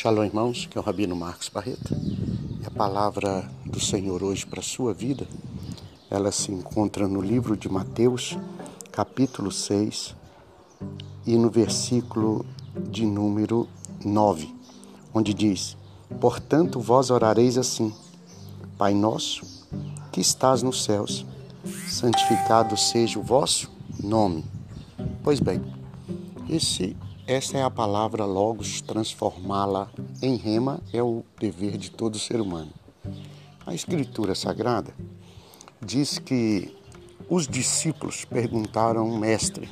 Shalom, irmãos, que é o Rabino Marcos Barreto. E a palavra do Senhor hoje para a sua vida, ela se encontra no livro de Mateus, capítulo 6, e no versículo de número 9, onde diz: Portanto, vós orareis assim: Pai nosso, que estás nos céus, santificado seja o vosso nome. Pois bem, essa é a palavra logos, transformá-la em rema é o dever de todo ser humano. A Escritura Sagrada diz que os discípulos perguntaram ao Mestre,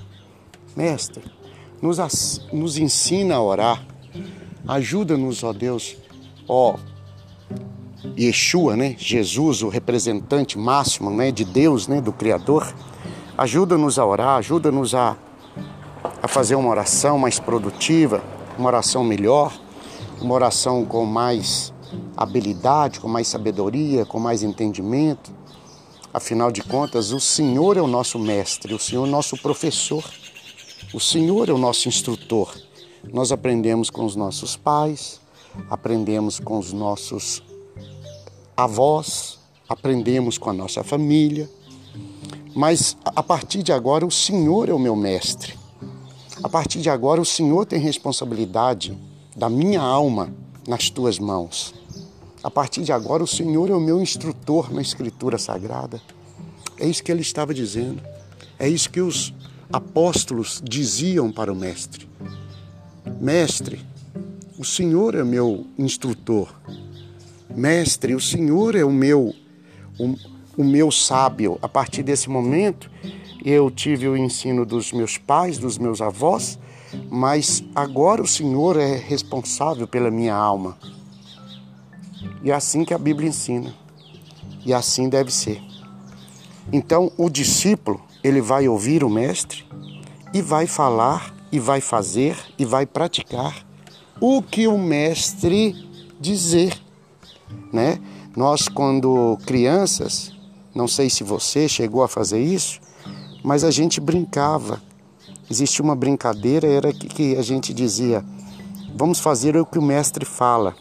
nos ensina a orar, ajuda-nos, ó Deus, ó Yeshua, Jesus, o representante máximo, de Deus, do Criador, ajuda-nos a orar, ajuda-nos a fazer uma oração mais produtiva, uma oração melhor, uma oração com mais habilidade, com mais sabedoria, com mais entendimento. Afinal de contas, o Senhor é o nosso mestre, o Senhor é o nosso professor, o Senhor é o nosso instrutor. Nós aprendemos com os nossos pais, aprendemos com os nossos avós, aprendemos com a nossa família, mas a partir de agora o Senhor é o meu mestre. A partir de agora, o Senhor tem responsabilidade da minha alma nas tuas mãos. A partir de agora, o Senhor é o meu instrutor na Escritura Sagrada. É isso que ele estava dizendo. É isso que os apóstolos diziam para o Mestre. Mestre, o Senhor é meu instrutor. Mestre, o Senhor é o meu sábio. A partir desse momento, eu tive o ensino dos meus pais, dos meus avós, mas agora o Senhor é responsável pela minha alma. E é assim que a Bíblia ensina. E assim deve ser. Então, o discípulo, ele vai ouvir o Mestre e vai falar, e vai fazer, e vai praticar o que o Mestre dizer, Nós, quando crianças, não sei se você chegou a fazer isso, mas a gente brincava. Existia uma brincadeira, era que a gente dizia: vamos fazer o que o mestre fala.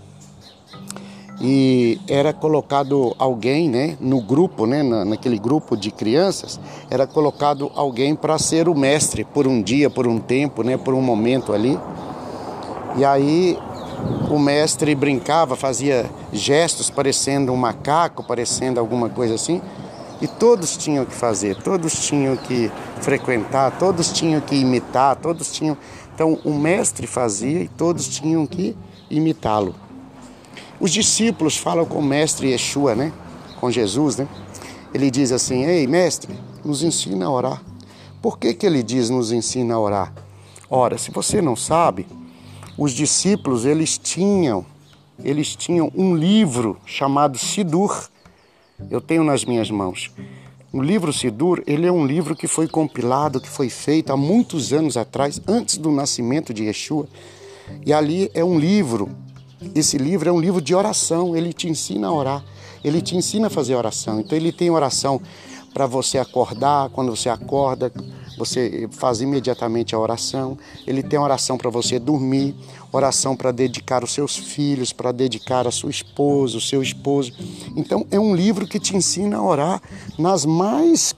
E era colocado alguém, no grupo, naquele grupo de crianças, era colocado alguém para ser o mestre por um dia, por um tempo, por um momento ali. E aí o mestre brincava, fazia gestos parecendo um macaco, parecendo alguma coisa assim. E todos tinham que fazer, todos tinham que frequentar, todos tinham que imitar, todos tinham... Então, o mestre fazia e todos tinham que imitá-lo. Os discípulos falam com o mestre Yeshua, com Jesus, Ele diz assim: Ei, mestre, nos ensina a orar. Por que ele diz nos ensina a orar? Ora, se você não sabe, os discípulos, eles tinham um livro chamado Sidur. Eu tenho nas minhas mãos. O livro Sidur, ele é um livro que foi compilado, que foi feito há muitos anos atrás, antes do nascimento de Yeshua. E ali é um livro, esse livro é um livro de oração, ele te ensina a orar, ele te ensina a fazer oração. Então ele tem oração para você acordar, quando você acorda, você faz imediatamente a oração. Ele tem oração para você dormir, oração para dedicar os seus filhos, para dedicar a sua esposa, o seu esposo. Então é um livro que te ensina a orar nas mais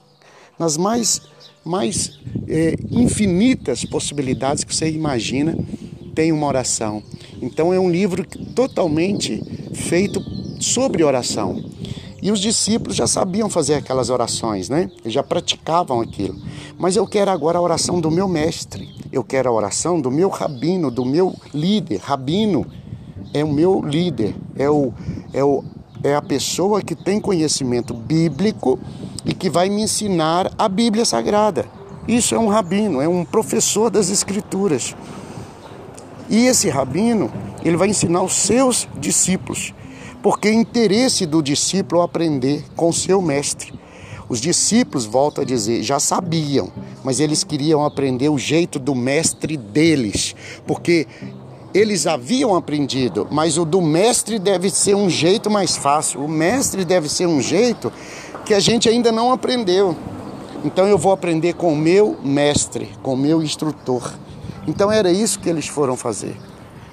infinitas possibilidades que você imagina, tem uma oração. Então é um livro totalmente feito sobre oração. E os discípulos já sabiam fazer aquelas orações, Eles já praticavam aquilo. Mas eu quero agora a oração do meu mestre. Eu quero a oração do meu rabino, do meu líder. Rabino é o meu líder, é a pessoa que tem conhecimento bíblico e que vai me ensinar a Bíblia Sagrada. Isso é um rabino, é um professor das Escrituras. E esse rabino, ele vai ensinar os seus discípulos. Porque é interesse do discípulo aprender com o seu mestre. Os discípulos, volto a dizer, já sabiam, mas eles queriam aprender o jeito do mestre deles. Porque eles haviam aprendido, mas o do mestre deve ser um jeito mais fácil. O mestre deve ser um jeito que a gente ainda não aprendeu. Então eu vou aprender com o meu mestre, com o meu instrutor. Então era isso que eles foram fazer.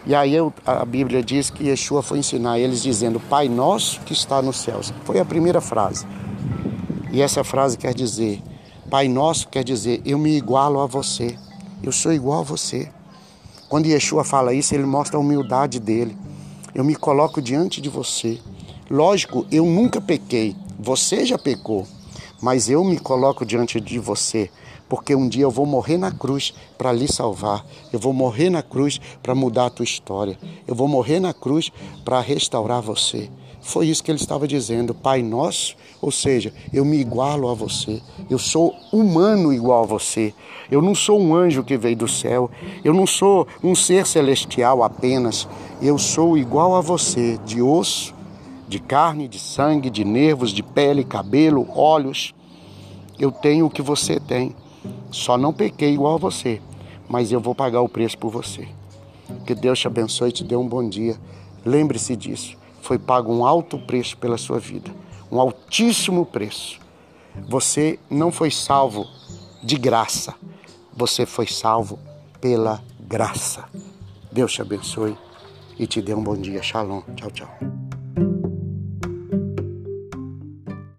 E aí a Bíblia diz que Yeshua foi ensinar eles dizendo: Pai nosso que está nos céus. Foi a primeira frase. E essa frase quer dizer, Pai nosso quer dizer, eu me igualo a você. Eu sou igual a você. Quando Yeshua fala isso, ele mostra a humildade dele. Eu me coloco diante de você. Lógico, eu nunca pequei. Você já pecou. Mas eu me coloco diante de você. Porque um dia eu vou morrer na cruz para lhe salvar. Eu vou morrer na cruz para mudar a tua história. Eu vou morrer na cruz para restaurar você. Foi isso que ele estava dizendo, Pai nosso, ou seja, eu me igualo a você, eu sou humano igual a você, eu não sou um anjo que veio do céu, eu não sou um ser celestial apenas, eu sou igual a você, de osso, de carne, de sangue, de nervos, de pele, cabelo, olhos, eu tenho o que você tem, só não pequei igual a você, mas eu vou pagar o preço por você. Que Deus te abençoe e te dê um bom dia, lembre-se disso. Foi pago um alto preço pela sua vida, um altíssimo preço. Você não foi salvo de graça, você foi salvo pela graça. Deus te abençoe e te dê um bom dia. Shalom. Tchau, tchau.